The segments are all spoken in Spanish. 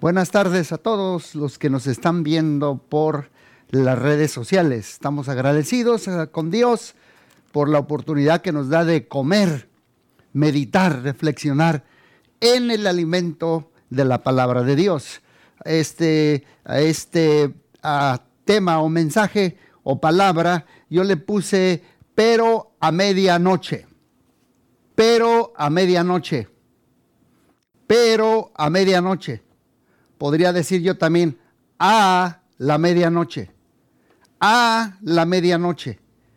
Buenas tardes a todos los que nos están viendo por las redes sociales. Estamos agradecidos con Dios por la oportunidad que nos da de comer, meditar, reflexionar en el alimento de la palabra de Dios. Tema o mensaje o palabra, yo le puse pero a medianoche. Pero a medianoche. Pero a medianoche. Podría decir yo también a la medianoche. A la medianoche.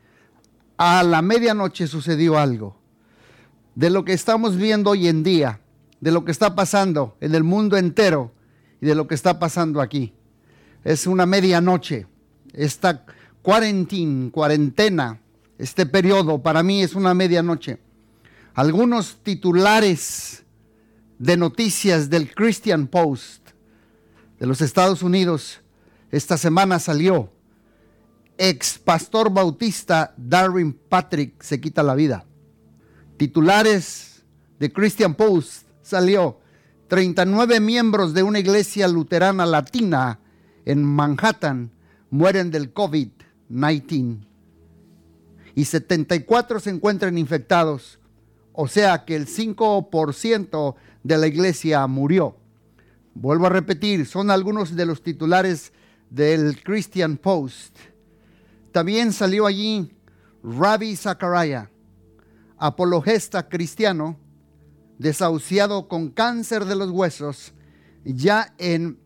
A la medianoche sucedió algo. De lo que estamos viendo hoy en día, de lo que está pasando en el mundo entero y de lo que está pasando aquí. Es una medianoche. Esta cuarentena, este periodo para mí es una medianoche. Algunos titulares de noticias del Christian Post de los Estados Unidos esta semana salió: ex pastor bautista Darwin Patrick se quita la vida. Titulares de Christian Post salió: 39 miembros de una iglesia luterana latina en Manhattan mueren del COVID-19 y 74 se encuentran infectados, o sea que el 5% de la iglesia murió. Vuelvo a repetir, son algunos de los titulares del Christian Post. También salió allí Ravi Zachariah, apologista cristiano, desahuciado con cáncer de los huesos, ya en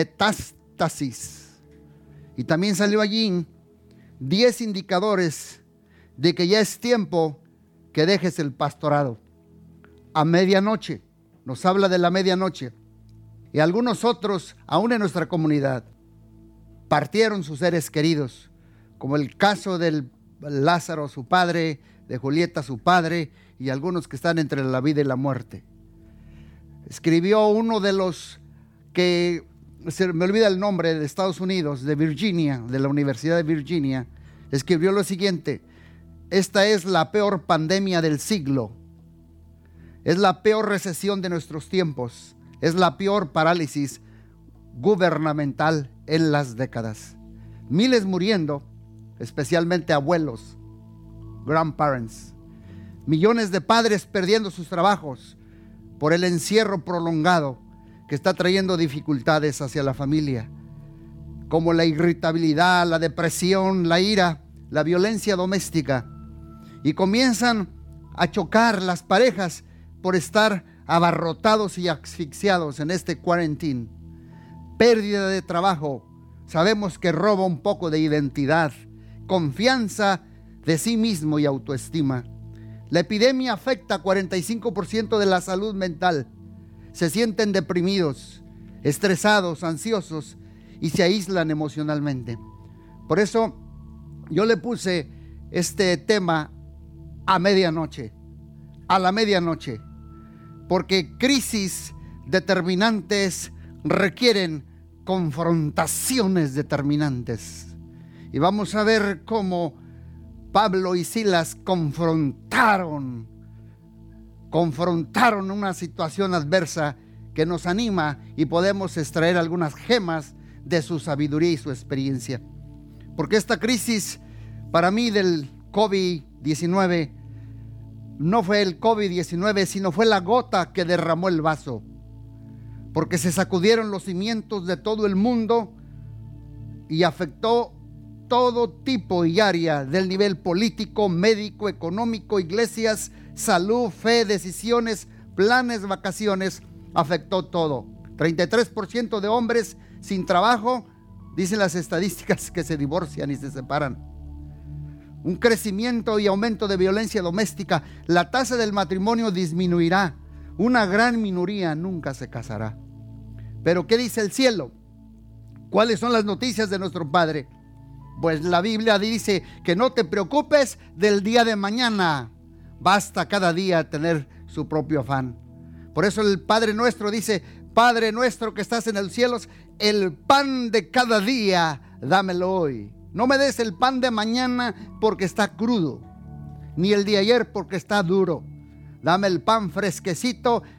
metástasis. Y también salió allí 10 indicadores de que ya es tiempo que dejes el pastorado. A medianoche, nos habla de la medianoche. Y algunos otros, aún en nuestra comunidad, partieron sus seres queridos, como el caso del Lázaro, su padre, de Julieta, su padre, y algunos que están entre la vida y la muerte. Escribió uno de los que, se me olvida el nombre, de Estados Unidos, de Virginia, de la Universidad de Virginia, escribió lo siguiente: esta es la peor pandemia del siglo, es la peor recesión de nuestros tiempos, es la peor parálisis gubernamental en las décadas. Miles muriendo, especialmente abuelos, grandparents. Millones de padres perdiendo sus trabajos por el encierro prolongado que está trayendo dificultades hacia la familia, como la irritabilidad, la depresión, la ira, la violencia doméstica. Y comienzan a chocar las parejas por estar abarrotados y asfixiados en este quarantine. Pérdida de trabajo, sabemos que roba un poco de identidad, confianza de sí mismo y autoestima. La epidemia afecta a 45% de la salud mental. Se sienten deprimidos, estresados, ansiosos y se aíslan emocionalmente. Por eso yo le puse este tema a medianoche, a la medianoche. Porque crisis determinantes requieren confrontaciones determinantes. Y vamos a ver cómo Pablo y Silas confrontaron una situación adversa que nos anima y podemos extraer algunas gemas de su sabiduría y su experiencia. Porque esta crisis, para mí, del COVID-19, no fue el COVID-19, sino fue la gota que derramó el vaso. Porque se sacudieron los cimientos de todo el mundo y afectó todo tipo y área del nivel político, médico, económico, iglesias, salud, fe, decisiones, planes, vacaciones. Afectó todo. 33% de hombres sin trabajo, dicen las estadísticas, que se divorcian y se separan. Un crecimiento y aumento de violencia doméstica. La tasa del matrimonio disminuirá. Una gran minoría nunca se casará. Pero ¿qué dice el cielo? ¿Cuáles son las noticias de nuestro Padre? Pues la Biblia dice que no te preocupes del día de mañana. Basta cada día tener su propio afán. Por eso el Padre nuestro dice: Padre nuestro que estás en los cielos, el pan de cada día dámelo hoy. No me des el pan de mañana porque está crudo, ni el de ayer porque está duro. Dame el pan fresquecito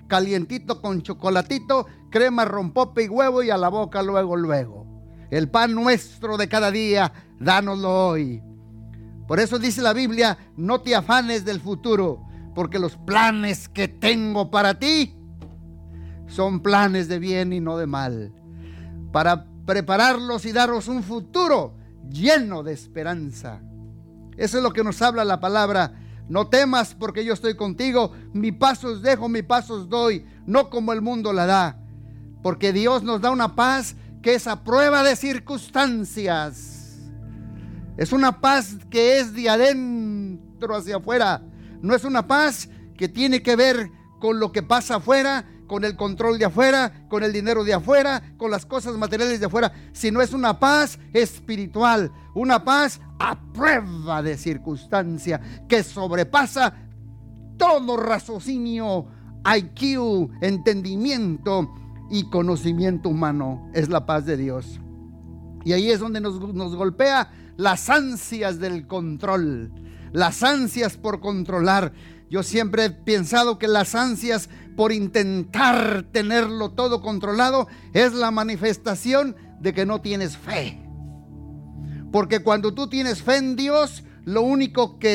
calientito con chocolatito, crema, rompope y huevo, y a la boca luego, luego. El pan nuestro de cada día, dánoslo hoy. Por eso dice la Biblia, no te afanes del futuro, porque los planes que tengo para ti son planes de bien y no de mal, para prepararlos y daros un futuro lleno de esperanza. Eso es lo que nos habla la palabra. No temas, porque yo estoy contigo. Mi paz os dejo, mi paz os doy, no como el mundo la da. Porque Dios nos da una paz que es a prueba de circunstancias. Es una paz que es de adentro hacia afuera. No es una paz que tiene que ver con lo que pasa afuera, con el control de afuera, con el dinero de afuera, con las cosas materiales de afuera, sino es una paz espiritual, una paz a prueba de circunstancia que sobrepasa todo raciocinio, IQ, entendimiento y conocimiento humano. Es la paz de Dios. Y ahí es donde nos golpea las ansias del control, las ansias por controlar. Yo siempre he pensado que las ansias por intentar tenerlo todo controlado es la manifestación de que no tienes fe. Porque cuando tú tienes fe en Dios, lo único que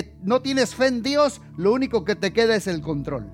te queda es el control.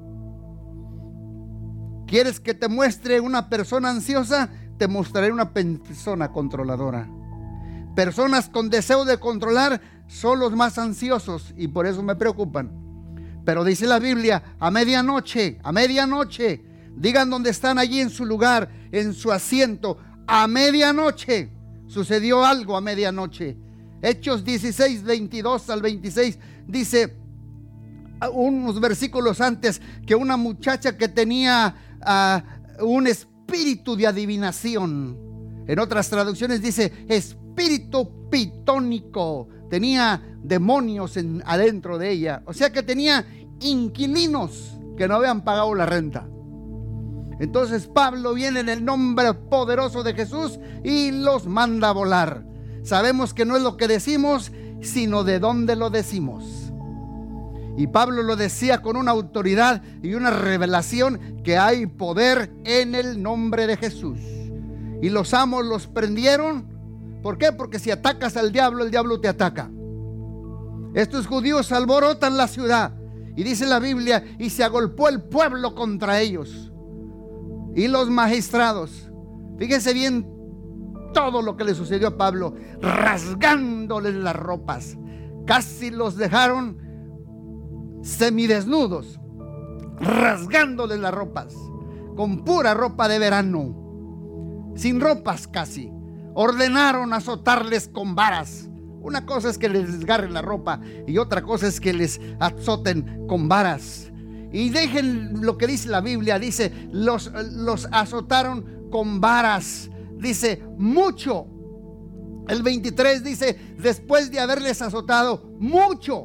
¿Quieres que te muestre una persona ansiosa? Te mostraré una persona controladora. Personas con deseo de controlar son los más ansiosos y por eso me preocupan. Pero dice la Biblia, a medianoche, digan dónde están, allí en su lugar, en su asiento, a medianoche. Sucedió algo a medianoche. Hechos 16, 22 al 26 dice, unos versículos antes, que una muchacha que tenía un espíritu de adivinación, en otras traducciones dice espíritu pitónico, tenía demonios adentro de ella, o sea que tenía inquilinos que no habían pagado la renta. Entonces Pablo viene en el nombre poderoso de Jesús y los manda a volar. Sabemos que no es lo que decimos, sino de dónde lo decimos. Y Pablo lo decía con una autoridad y una revelación que hay poder en el nombre de Jesús. Y los amos los prendieron. ¿Por qué? Porque si atacas al diablo, el diablo te ataca. Estos judíos alborotan la ciudad. Y dice la Biblia, y se agolpó el pueblo contra ellos. Y los magistrados, fíjense bien todo lo que le sucedió a Pablo, rasgándoles las ropas. Casi los dejaron semidesnudos, rasgándoles las ropas, con pura ropa de verano, sin ropas casi. Ordenaron azotarles con varas. Una cosa es que les desgarren la ropa y otra cosa es que les azoten con varas. Y dejen lo que dice la Biblia, dice, los azotaron con varas, dice, mucho. El 23 dice, después de haberles azotado mucho,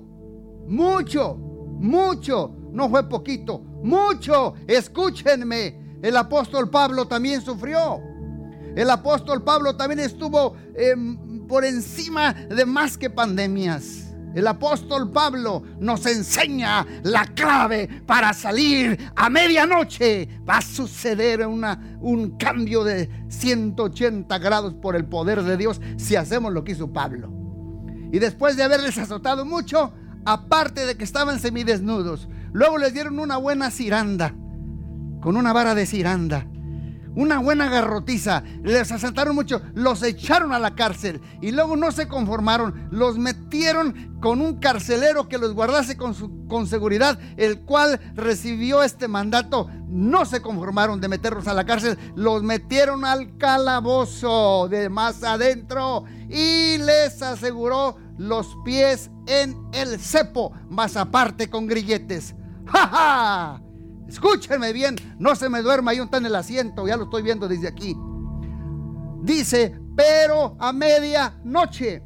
no fue poquito, mucho. Escúchenme, el apóstol Pablo también sufrió. El apóstol Pablo también estuvo por encima de más que pandemias. El apóstol Pablo nos enseña la clave para salir a medianoche. Va a suceder un cambio de 180 grados por el poder de Dios si hacemos lo que hizo Pablo. Y después de haberles azotado mucho, aparte de que estaban semidesnudos, luego les dieron una buena ciranda, con una vara de ciranda, una buena garrotiza, les asaltaron mucho, los echaron a la cárcel y luego no se conformaron, los metieron con un carcelero que los guardase con seguridad, el cual recibió este mandato. No se conformaron de meterlos a la cárcel, los metieron al calabozo de más adentro y les aseguró los pies en el cepo, más aparte con grilletes. ¡Ja, ja! Escúchenme bien, no se me duerma, ahí está en el asiento, ya lo estoy viendo desde aquí. Dice, pero a medianoche.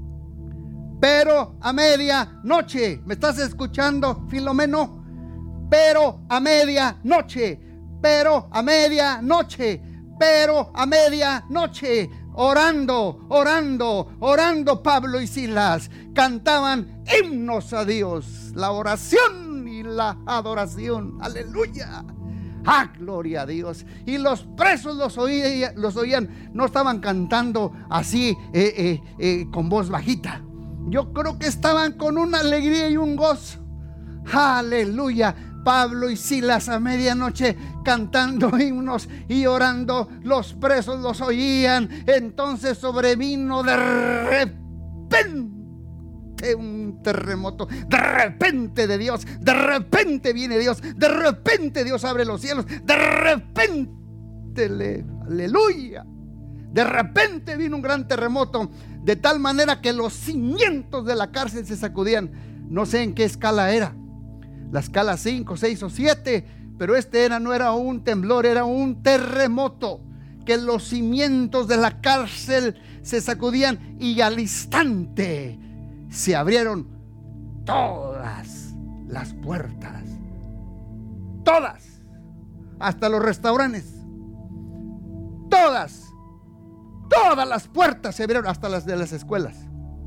¿Me estás escuchando, Filomeno? Pero a medianoche. Orando Pablo y Silas cantaban himnos a Dios, la oración y la adoración, aleluya. ¡Ah, gloria a Dios! Y los presos los oían, no estaban cantando así con voz bajita. Yo creo que estaban con una alegría y un gozo. ¡Aleluya! Pablo y Silas a medianoche cantando himnos y orando, los presos los oían. Entonces sobrevino de repente un terremoto, de repente de Dios, de repente viene Dios, de repente Dios abre los cielos, de repente, aleluya, de repente vino un gran terremoto, de tal manera que los cimientos de la cárcel se sacudían. No sé en qué escala era, la escala 5, 6 o 7, pero no era un temblor, era un terremoto, que los cimientos de la cárcel se sacudían y al instante se abrieron todas las puertas, todas, hasta los restaurantes, todas las puertas se abrieron, hasta las de las escuelas,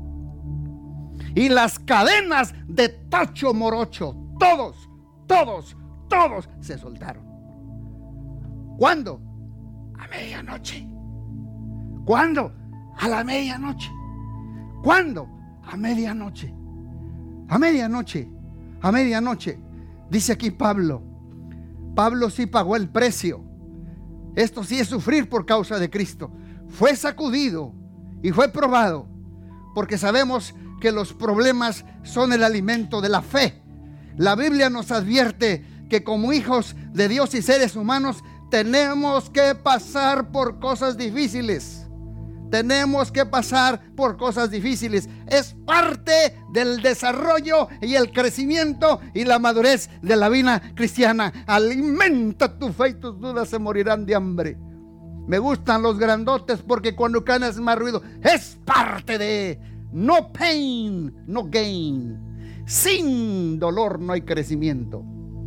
y las cadenas de tacho morocho, todos se soltaron. ¿Cuándo? A medianoche. ¿Cuándo? A la medianoche. ¿Cuándo? A medianoche. A medianoche. A medianoche. Dice aquí Pablo sí pagó el precio. Esto sí es sufrir por causa de Cristo. Fue sacudido y fue probado, porque sabemos que los problemas son el alimento de la fe. La Biblia nos advierte que como hijos de Dios y seres humanos tenemos que pasar por cosas difíciles. Tenemos que pasar por cosas difíciles. Es parte del desarrollo y el crecimiento y la madurez de la vida cristiana. Alimenta tu fe y tus dudas se morirán de hambre. Me gustan los grandotes porque cuando caen es más ruido. Es parte de no pain, no gain. Sin dolor no hay crecimiento.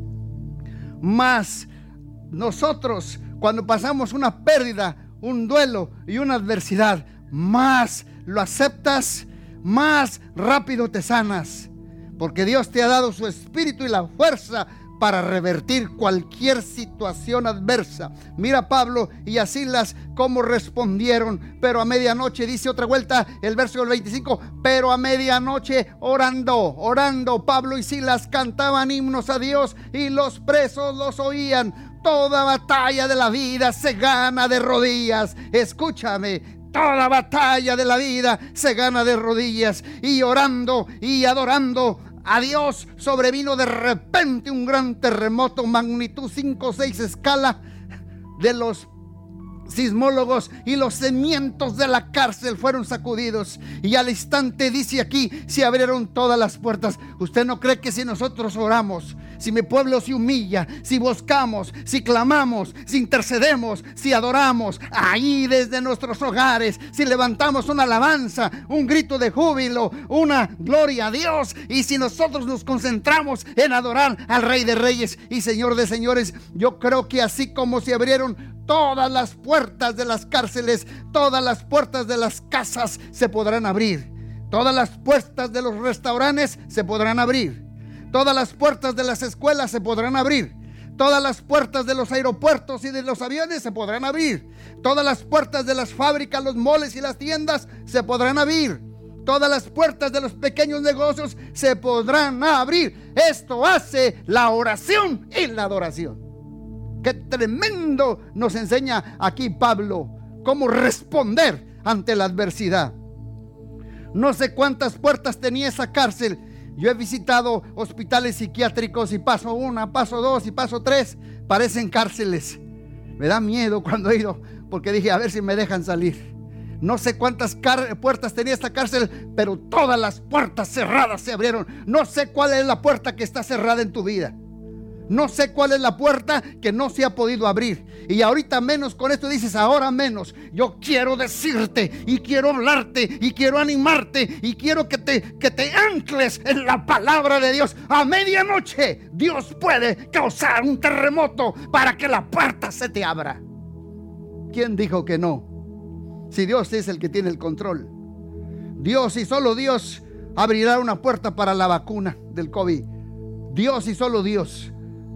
Mas nosotros, cuando pasamos una pérdida, un duelo y una adversidad, más lo aceptas, más rápido te sanas, porque Dios te ha dado su espíritu y la fuerza para revertir cualquier situación adversa. Mira Pablo y a Silas cómo respondieron. Pero a medianoche, dice otra vuelta el verso 25, pero a medianoche orando, Pablo y Silas cantaban himnos a Dios y los presos los oían. Toda batalla de la vida se gana de rodillas. Escúchame, toda batalla de la vida se gana de rodillas. Y orando y adorando a Dios, sobrevino de repente un gran terremoto, magnitud 5 o 6 escala de los sismólogos, y los cimientos de la cárcel fueron sacudidos, y al instante, dice aquí, se abrieron todas las puertas. ¿Usted no cree que si nosotros oramos, si mi pueblo se humilla, si buscamos, si clamamos, si intercedemos, si adoramos ahí desde nuestros hogares, si levantamos una alabanza, un grito de júbilo, una gloria a Dios, y si nosotros nos concentramos en adorar al Rey de Reyes y Señor de Señores, yo creo que así como se abrieron todas las puertas de las cárceles, todas las puertas de las casas se podrán abrir, todas las puertas de los restaurantes se podrán abrir, todas las puertas de las escuelas se podrán abrir, todas las puertas de los aeropuertos y de los aviones se podrán abrir, todas las puertas de las fábricas, los moles y las tiendas se podrán abrir, todas las puertas de los pequeños negocios se podrán abrir. Esto hace la oración y la adoración. Qué tremendo nos enseña aquí Pablo cómo responder ante la adversidad. No sé cuántas puertas tenía esa cárcel. Yo he visitado hospitales psiquiátricos y paso 1, paso 2 y paso 3. Parecen cárceles. Me da miedo cuando he ido, porque dije, a ver si me dejan salir. No sé cuántas puertas tenía esta cárcel, pero todas las puertas cerradas se abrieron. No sé cuál es la puerta que está cerrada en tu vida. No sé cuál es la puerta que no se ha podido abrir. Y ahorita menos con esto dices, ahora menos. Yo quiero decirte y quiero hablarte y quiero animarte y quiero que te ancles en la palabra de Dios. A medianoche Dios puede causar un terremoto para que la puerta se te abra. ¿Quién dijo que no? Si Dios es el que tiene el control. Dios y solo Dios abrirá una puerta para la vacuna del COVID. Dios y solo Dios.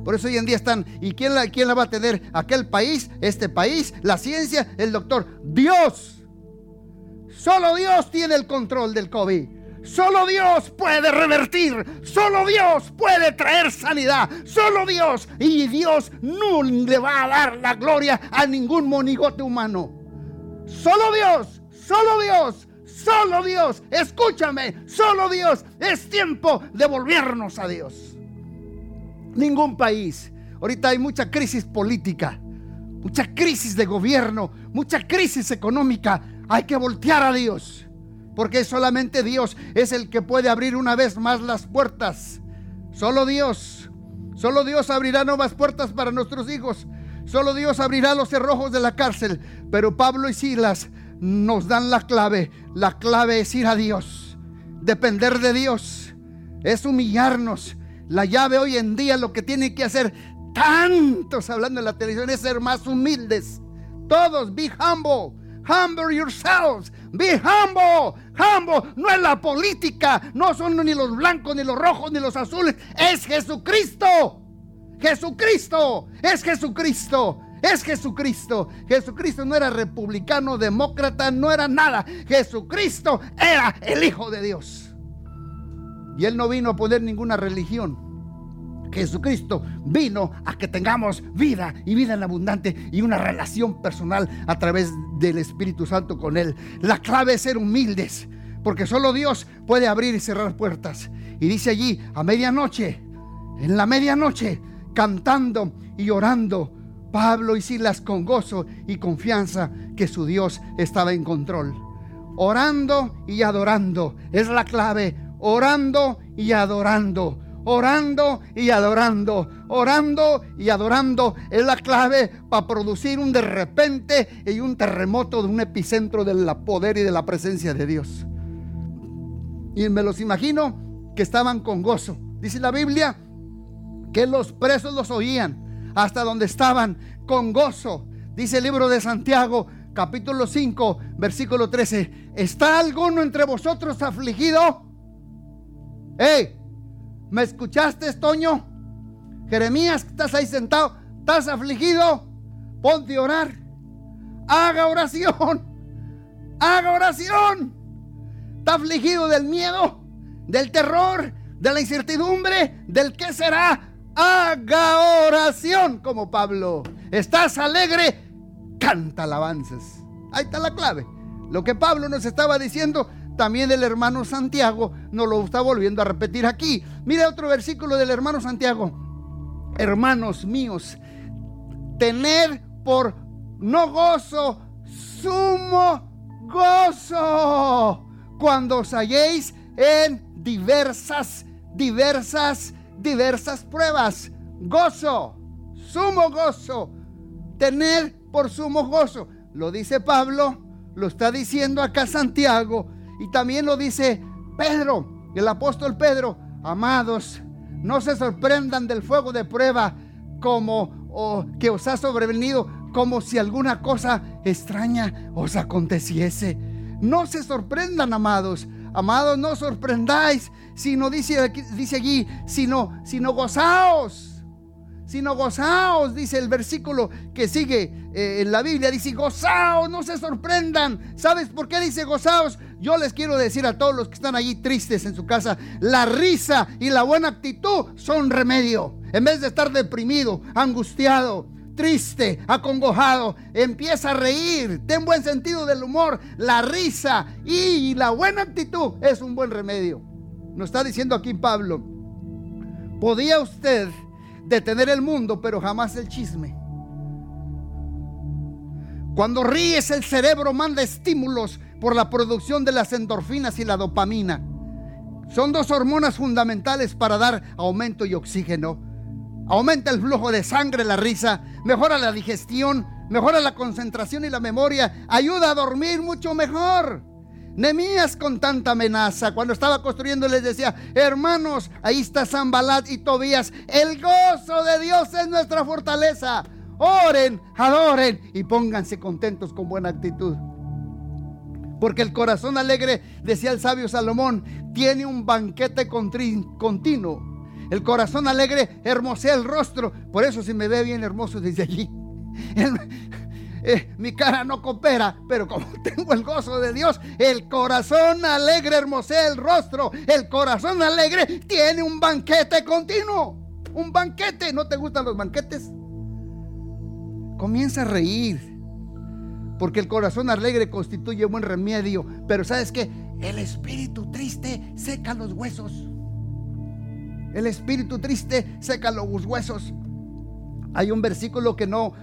Por eso hoy en día están, ¿y quién la va a tener? Aquel país, este país, la ciencia, el doctor. Dios. Solo Dios tiene el control del COVID. Solo Dios puede revertir. Solo Dios puede traer sanidad. Solo Dios. Y Dios no le va a dar la gloria a ningún monigote humano. Solo Dios. Solo Dios. Solo Dios. Escúchame. Solo Dios. Es tiempo de volvernos a Dios. Ningún país. Ahorita hay mucha crisis política, mucha crisis de gobierno, mucha crisis económica. Hay que voltear a Dios, porque solamente Dios es el que puede abrir una vez más las puertas. Solo Dios abrirá nuevas puertas para nuestros hijos. Solo Dios abrirá los cerrojos de la cárcel. Pero Pablo y Silas nos dan la clave. La clave es ir a Dios, depender de Dios, es humillarnos. La llave hoy en día, lo que tienen que hacer tantos hablando en la televisión, es ser más humildes. Todos, be humble. Humble yourselves. Be humble. Humble. No es la política. No son ni los blancos, ni los rojos, ni los azules. Es Jesucristo. Jesucristo. Es Jesucristo. Es Jesucristo. Jesucristo no era republicano, demócrata, no era nada. Jesucristo era el Hijo de Dios. Y Él no vino a poner ninguna religión. Jesucristo vino a que tengamos vida, y vida en abundante, y una relación personal a través del Espíritu Santo con Él. La clave es ser humildes, porque solo Dios puede abrir y cerrar puertas. Y dice allí, a medianoche, en la medianoche, cantando y orando, Pablo y Silas con gozo y confianza que su Dios estaba en control. Orando y adorando es la clave. Orando y adorando. Orando y adorando. Orando y adorando es la clave para producir un de repente y un terremoto de un epicentro del poder y de la presencia de Dios. Y me los imagino que estaban con gozo. Dice la Biblia que los presos los oían hasta donde estaban con gozo. Dice el libro de Santiago, capítulo 5, versículo 13. ¿Está alguno entre vosotros afligido? Hey, ¿me escuchaste, Toño? Jeremías, estás ahí sentado, ¿estás afligido? Ponte a orar. Haga oración. Haga oración. ¿Está afligido del miedo, del terror, de la incertidumbre, del qué será? Haga oración como Pablo. ¿Estás alegre? Canta alabanzas. Ahí está la clave. Lo que Pablo nos estaba diciendo, también el hermano Santiago nos lo está volviendo a repetir aquí. Mira otro versículo del hermano Santiago. Hermanos míos, tener por no gozo, sumo gozo, cuando os halléis en diversas pruebas. Gozo, sumo gozo, tener por sumo gozo. Lo dice Pablo, lo está diciendo acá Santiago, y también lo dice Pedro, el apóstol Pedro. Amados, no se sorprendan del fuego de prueba que os ha sobrevenido, como si alguna cosa extraña os aconteciese. No se sorprendan, amados. Amados, no sorprendáis, sino dice allí, sino gozaos. Sino gozaos, dice el versículo que sigue en la Biblia, dice gozaos, no se sorprendan. ¿Sabes por qué dice gozaos? Yo les quiero decir a todos los que están allí tristes en su casa, la risa y la buena actitud son remedio. En vez de estar deprimido, angustiado, triste, acongojado, empieza a reír, ten buen sentido del humor. La risa y la buena actitud es un buen remedio. Nos está diciendo aquí Pablo, podía usted detener el mundo, pero jamás el chisme. Cuando ríes, el cerebro manda estímulos por la producción de las endorfinas y la dopamina. Son dos hormonas fundamentales para dar aumento y oxígeno. Aumenta el flujo de sangre, la risa, mejora la digestión, mejora la concentración y la memoria, ayuda a dormir mucho mejor. Nehemías, con tanta amenaza, cuando estaba construyendo, les decía: hermanos, ahí está Sanbalat y Tobías, el gozo de Dios es nuestra fortaleza. Oren, adoren y pónganse contentos con buena actitud, porque el corazón alegre, decía el sabio Salomón, tiene un banquete continuo. El corazón alegre hermosea el rostro. Por eso se me ve bien hermoso desde allí. Mi cara no coopera, pero como tengo el gozo de Dios, el corazón alegre hermosea el rostro. El corazón alegre tiene un banquete continuo. Un banquete. ¿No te gustan los banquetes? Comienza a reír, porque el corazón alegre constituye buen remedio. Pero ¿sabes qué? El espíritu triste seca los huesos. El espíritu triste seca los huesos. Hay un versículo que no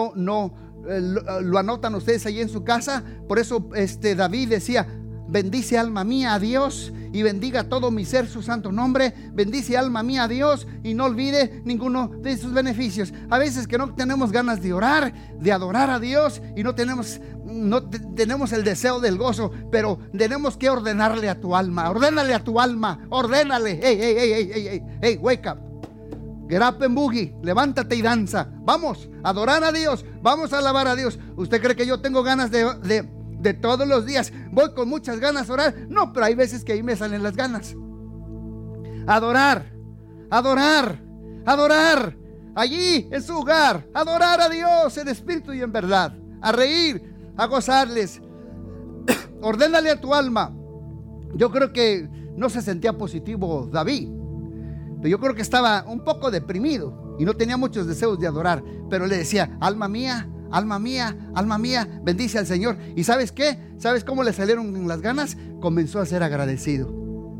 lo anotan ustedes ahí en su casa. Por eso David decía: bendice alma mía a Dios y bendiga todo mi ser su santo nombre. Bendice alma mía a Dios y no olvide ninguno de sus beneficios. A veces que no tenemos ganas de orar, de adorar a Dios, y no tenemos el deseo del gozo, pero tenemos que ordenarle a tu alma. Ordénale a tu alma, ordénale. Hey, wake up. Get up and boogie, levántate y danza. Vamos a adorar a Dios, vamos a alabar a Dios. ¿Usted cree que yo tengo ganas de todos los días? Voy con muchas ganas a orar. No, pero hay veces que ahí me salen las ganas. Adorar, adorar, adorar. Allí en su hogar, adorar a Dios en espíritu y en verdad. A reír, a gozarles. Ordénale a tu alma. Yo creo que no se sentía positivo David, pero yo creo que estaba un poco deprimido y no tenía muchos deseos de adorar. Pero le decía: alma mía, alma mía, alma mía, bendice al Señor. ¿Y sabes qué? ¿Sabes cómo le salieron las ganas? Comenzó a ser agradecido.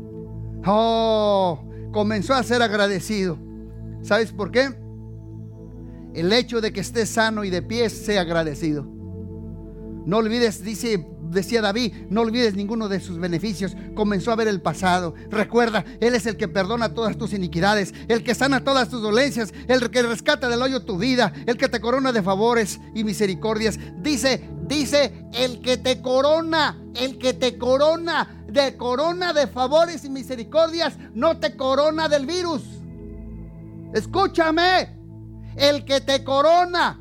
Comenzó a ser agradecido. ¿Sabes por qué? El hecho de que estés sano y de pie, sea agradecido. No olvides, decía David, no olvides ninguno de sus beneficios. Comenzó a ver el pasado. Recuerda, Él es el que perdona todas tus iniquidades, el que sana todas tus dolencias, el que rescata del hoyo tu vida, el que te corona de favores y misericordias. Dice, el que te corona de favores y misericordias, no te corona del virus. Escúchame, el que te corona,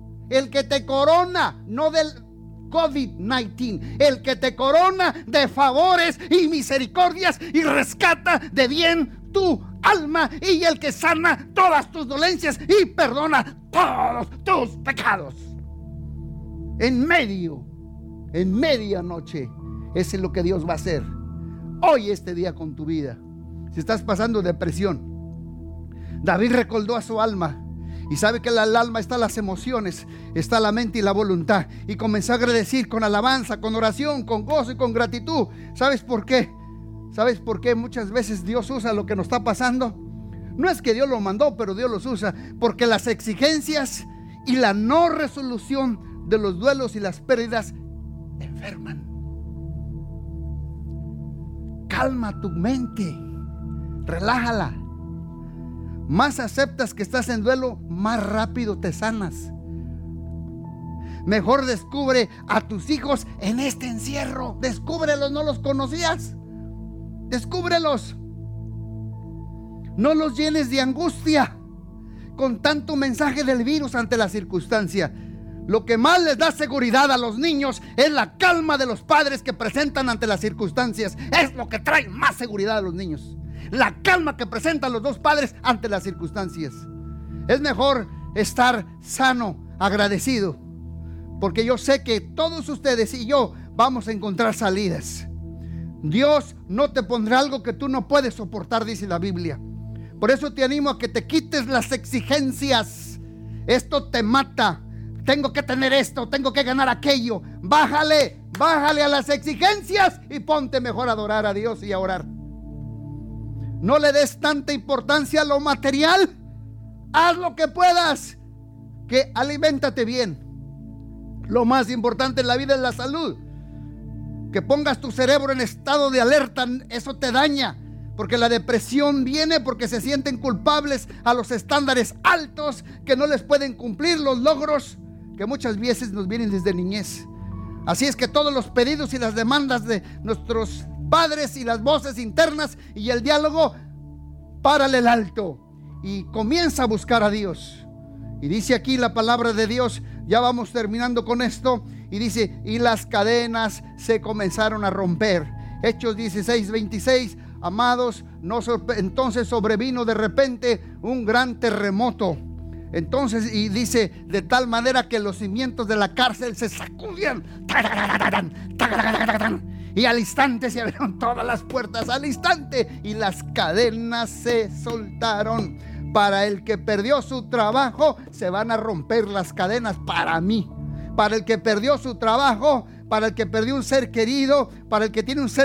no del COVID-19, el que te corona de favores y misericordias y rescata de bien tu alma, y el que sana todas tus dolencias y perdona todos tus pecados. En medianoche, eso es lo que Dios va a hacer hoy, este día, con tu vida. Si estás pasando depresión, David recordó a su alma. Y sabe que en el alma están las emociones, está la mente y la voluntad. Y comenzó a agradecer con alabanza, con oración, con gozo y con gratitud. ¿Sabes por qué? ¿Sabes por qué muchas veces Dios usa lo que nos está pasando? No es que Dios lo mandó, pero Dios los usa. Porque las exigencias y la no resolución de los duelos y las pérdidas enferman. Calma tu mente, relájala. Más aceptas que estás en duelo, más rápido te sanas. Mejor descubre a tus hijos en este encierro. Descúbrelos, no los conocías. Descúbrelos. No los llenes de angustia con tanto mensaje del virus ante la circunstancia. Lo que más les da seguridad a los niños es la calma de los padres que presentan ante las circunstancias. Es lo que trae más seguridad a los niños. La calma que presentan los dos padres ante las circunstancias. Es mejor estar sano, agradecido, porque yo sé que todos ustedes y yo vamos a encontrar salidas. Dios no te pondrá algo que tú no puedes soportar, dice la Biblia. Por eso te animo a que te quites las exigencias. Esto te mata. Tengo que tener esto, tengo que ganar aquello. Bájale a las exigencias y ponte mejor a adorar a Dios y a orar. No le des tanta importancia a lo material. Haz lo que puedas, que aliméntate bien. Lo más importante en la vida es la salud. Que pongas tu cerebro en estado de alerta, eso te daña. Porque la depresión viene porque se sienten culpables a los estándares altos que no les pueden cumplir, los logros que muchas veces nos vienen desde niñez. Así es que todos los pedidos y las demandas de nuestros padres y las voces internas y el diálogo, párale el alto y comienza a buscar a Dios. Y dice aquí la palabra de Dios, ya vamos terminando con esto, y dice: y las cadenas se comenzaron a romper. Hechos 16:26. amados, entonces sobrevino de repente un gran terremoto. Entonces, y dice, de tal manera que los cimientos de la cárcel se sacudían. Y al instante se abrieron todas las puertas, al instante, y las cadenas se soltaron. Para el que perdió su trabajo, se van a romper las cadenas. Para mí, para el que perdió su trabajo, para el que perdió un ser querido, para el que tiene un ser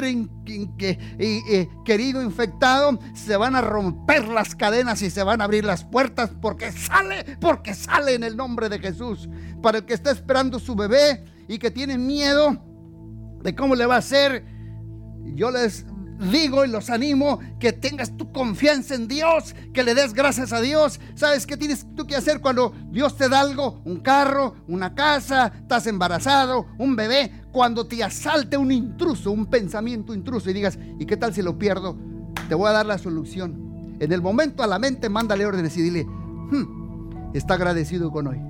querido infectado, se van a romper las cadenas y se van a abrir las puertas, porque sale en el nombre de Jesús. Para el que está esperando su bebé y que tiene miedo de cómo le va a hacer, yo les digo y los animo que tengas tu confianza en Dios, que le des gracias a Dios. ¿Sabes qué tienes tú que hacer cuando Dios te da algo? Un carro, una casa, estás embarazado, un bebé. Cuando te asalte un intruso, un pensamiento intruso y digas, ¿y qué tal si lo pierdo? Te voy a dar la solución. En el momento a la mente, mándale órdenes y dile, está agradecido con hoy.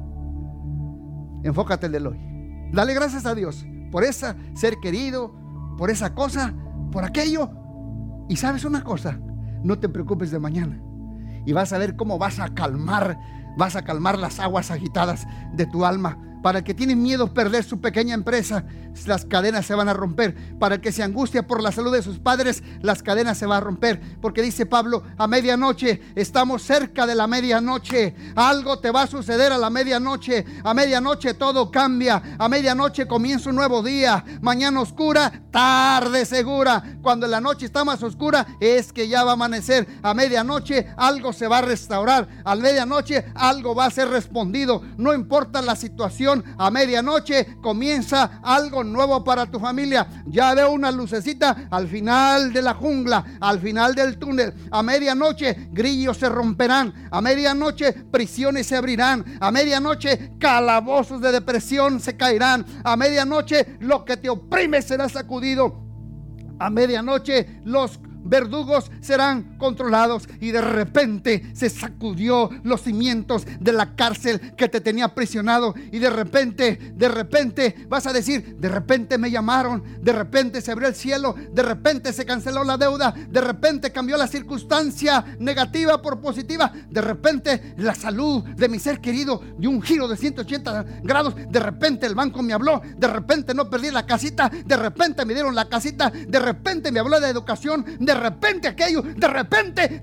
Enfócate en el hoy. Dale gracias a Dios por ese ser querido, por esa cosa, por aquello. Y sabes una cosa, no te preocupes de mañana, y vas a ver cómo vas a calmar las aguas agitadas de tu alma. Para el que tiene miedo a perder su pequeña empresa, las cadenas se van a romper. Para el que se angustia por la salud de sus padres, las cadenas se van a romper. Porque dice Pablo, a medianoche, estamos cerca de la medianoche. Algo te va a suceder a la medianoche. A medianoche todo cambia. A medianoche comienza un nuevo día. Mañana oscura, tarde segura. Cuando la noche está más oscura, es que ya va a amanecer. A medianoche algo se va a restaurar. A medianoche algo va a ser respondido. No importa la situación, a medianoche comienza algo nuevo para tu familia. Ya veo una lucecita al final de la jungla, al final del túnel. A medianoche grillos se romperán. A medianoche prisiones se abrirán. A medianoche calabozos de depresión se caerán. A medianoche lo que te oprime será sacudido. A medianoche los verdugos serán controlados. Y de repente se sacudió los cimientos de la cárcel que te tenía aprisionado. Y de repente vas a decir, de repente me llamaron, de repente se abrió el cielo, de repente se canceló la deuda, de repente cambió la circunstancia negativa por positiva, de repente la salud de mi ser querido dio un giro de 180 grados, de repente el banco me habló, de repente no perdí la casita, de repente me dieron la casita, de repente me habló de educación, de repente aquello, de repente,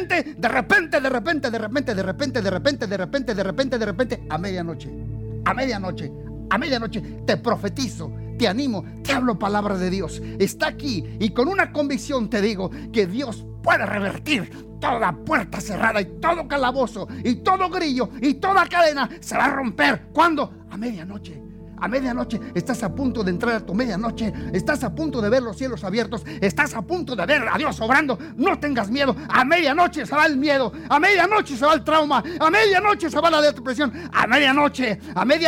a medianoche, te profetizo, te animo, te hablo palabra de Dios. Está aquí y con una convicción te digo que Dios puede revertir toda puerta cerrada y todo calabozo y todo grillo y toda cadena se va a romper. ¿Cuándo? A medianoche. A medianoche estás a punto de entrar a tu medianoche. Estás a punto de ver los cielos abiertos. Estás a punto de ver a Dios obrando. No tengas miedo. A medianoche se va el miedo. A medianoche se va el trauma. A medianoche se va la depresión. A medianoche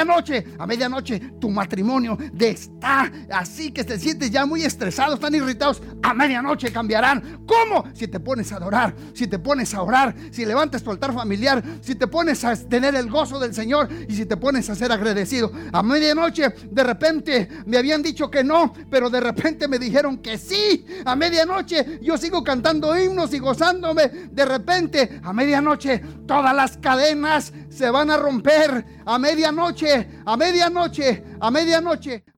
tu matrimonio está así que te sientes ya muy estresado, están irritados. A medianoche cambiarán. ¿Cómo? Si te pones a adorar, si te pones a orar, si levantas tu altar familiar, si te pones a tener el gozo del Señor y si te pones a ser agradecido. A medianoche, de repente me habían dicho que no, pero de repente me dijeron que sí. A medianoche yo sigo cantando himnos y gozándome. De repente, a medianoche, todas las cadenas se van a romper. A medianoche.